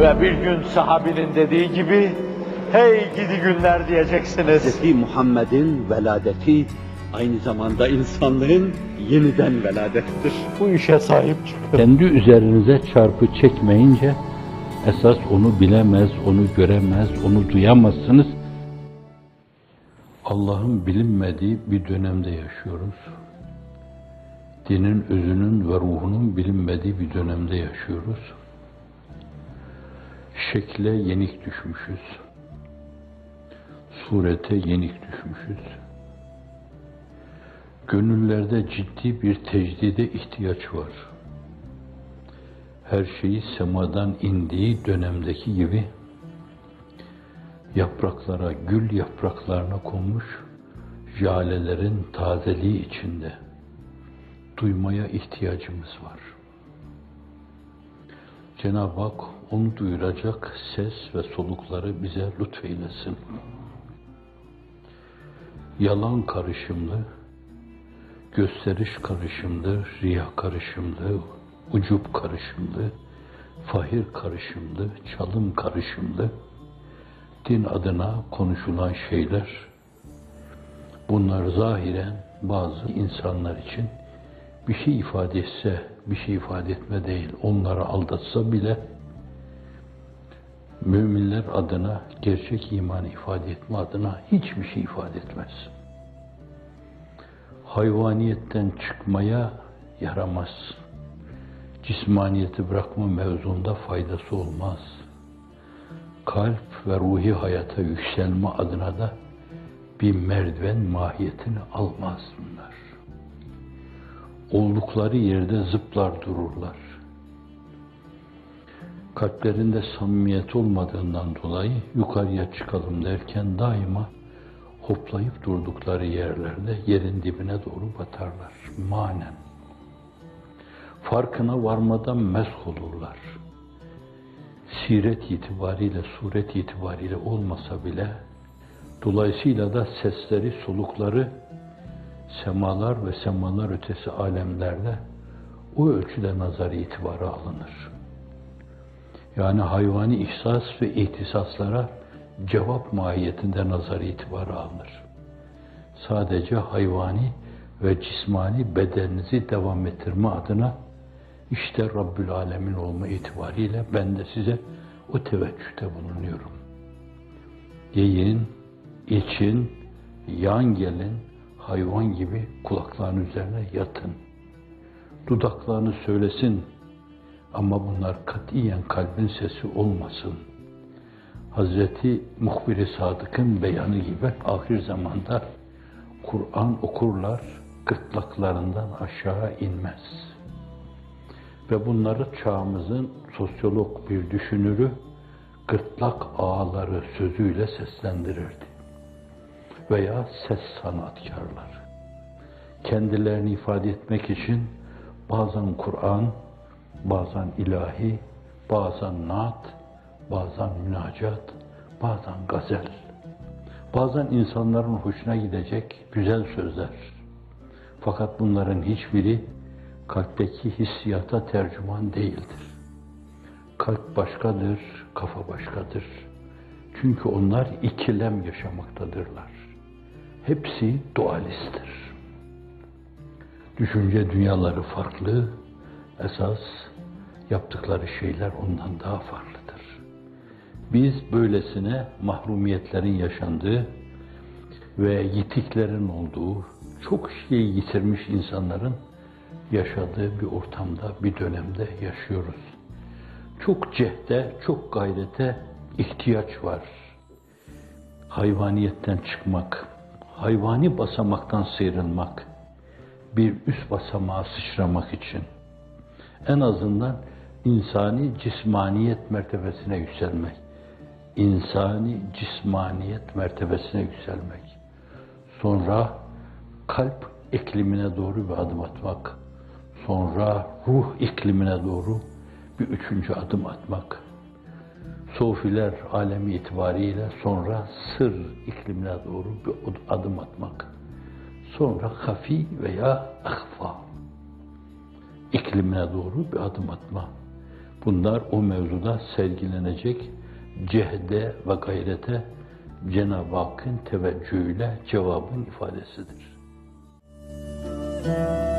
Ve bir gün sahabinin dediği gibi, hey gidi günler diyeceksiniz. Hz. Muhammed'in veladeti aynı zamanda insanlığın yeniden veladettir. Bu işe sahip çıkın. Kendi üzerinize çarpı çekmeyince, esas onu bilemez, onu göremez, onu duyamazsınız. Allah'ın bilinmediği bir dönemde yaşıyoruz. Dinin özünün ve ruhunun bilinmediği bir dönemde yaşıyoruz. Şekle yenik düşmüşüz. Surete yenik düşmüşüz. Gönüllerde ciddi bir tecdide ihtiyaç var. Her şeyi semadan indiği dönemdeki gibi yapraklara, gül yapraklarına konmuş jalelerin tazeliği içinde duymaya ihtiyacımız var. Cenab-ı Hak onu duyuracak ses ve solukları bize lütfeylesin. Yalan karışımlı, gösteriş karışımlı, riya karışımlı, ucup karışımlı, fahir karışımlı, çalım karışımlı, din adına konuşulan şeyler, bunlar zahiren bazı insanlar için bir şey ifade etse, bir şey ifade etme değil, onları aldatsa bile, müminler adına, gerçek imanı ifade etme adına hiçbir şey ifade etmez. Hayvaniyetten çıkmaya yaramaz. Cismaniyeti bırakma mevzunda faydası olmaz. Kalp ve ruhi hayata yükselme adına da bir merdiven mahiyetini almaz bunlar. Oldukları yerde zıplar dururlar. Kalplerinde samimiyet olmadığından dolayı yukarıya çıkalım derken daima hoplayıp durdukları yerlerde yerin dibine doğru batarlar manen. Farkına varmadan mesk olurlar. Siret itibariyle, suret itibariyle olmasa bile, dolayısıyla da sesleri, solukları semalar ve semalar ötesi alemlerde o ölçüde nazar itibara alınır. Yani hayvani ihsas ve ihtisaslara cevap mahiyetinde nazar itibara alınır. Sadece hayvani ve cismani bedeninizi devam ettirme adına işte Rabbül Alemin olma itibariyle ben de size o teveccühte bulunuyorum. Yiyin, için, yan gelin, hayvan gibi kulaklarının üzerine yatın. Dudaklarını söylesin ama bunlar katiyen kalbin sesi olmasın. Hazreti Muhbir-i Sadık'ın beyanı gibi ahir zamanda Kur'an okurlar, gırtlaklarından aşağı inmez. Ve bunları çağımızın sosyolog bir düşünürü gırtlak ağları sözüyle seslendirirdi. Veya ses sanatkarları. Kendilerini ifade etmek için bazen Kur'an, bazen ilahi, bazen naat, bazen münacat, bazen gazel, bazen insanların hoşuna gidecek güzel sözler. Fakat bunların hiçbiri kalpteki hissiyata tercüman değildir. Kalp başkadır, kafa başkadır. Çünkü onlar ikilem yaşamaktadırlar. Hepsi dualisttir. Düşünce dünyaları farklı, esas yaptıkları şeyler ondan daha farklıdır. Biz böylesine mahrumiyetlerin yaşandığı ve yitiklerin olduğu, çok şeyi yitirmiş insanların yaşadığı bir ortamda, bir dönemde yaşıyoruz. Çok cehde, çok gayrete ihtiyaç var. Hayvaniyetten çıkmak, hayvani basamaktan sıyrılmak, bir üst basamağa sıçramak için en azından insani cismaniyet mertebesine yükselmek, insani cismaniyet mertebesine yükselmek, sonra kalp iklimine doğru bir adım atmak, sonra ruh iklimine doğru bir üçüncü adım atmak, sofiler alemi itibariyle sonra sır iklimine doğru bir adım atmak, sonra hafi veya ahfa iklimine doğru bir adım atma. Bunlar o mevzuda sergilenecek cehde ve gayrete Cenab-ı Hakk'ın teveccühüyle cevabın ifadesidir.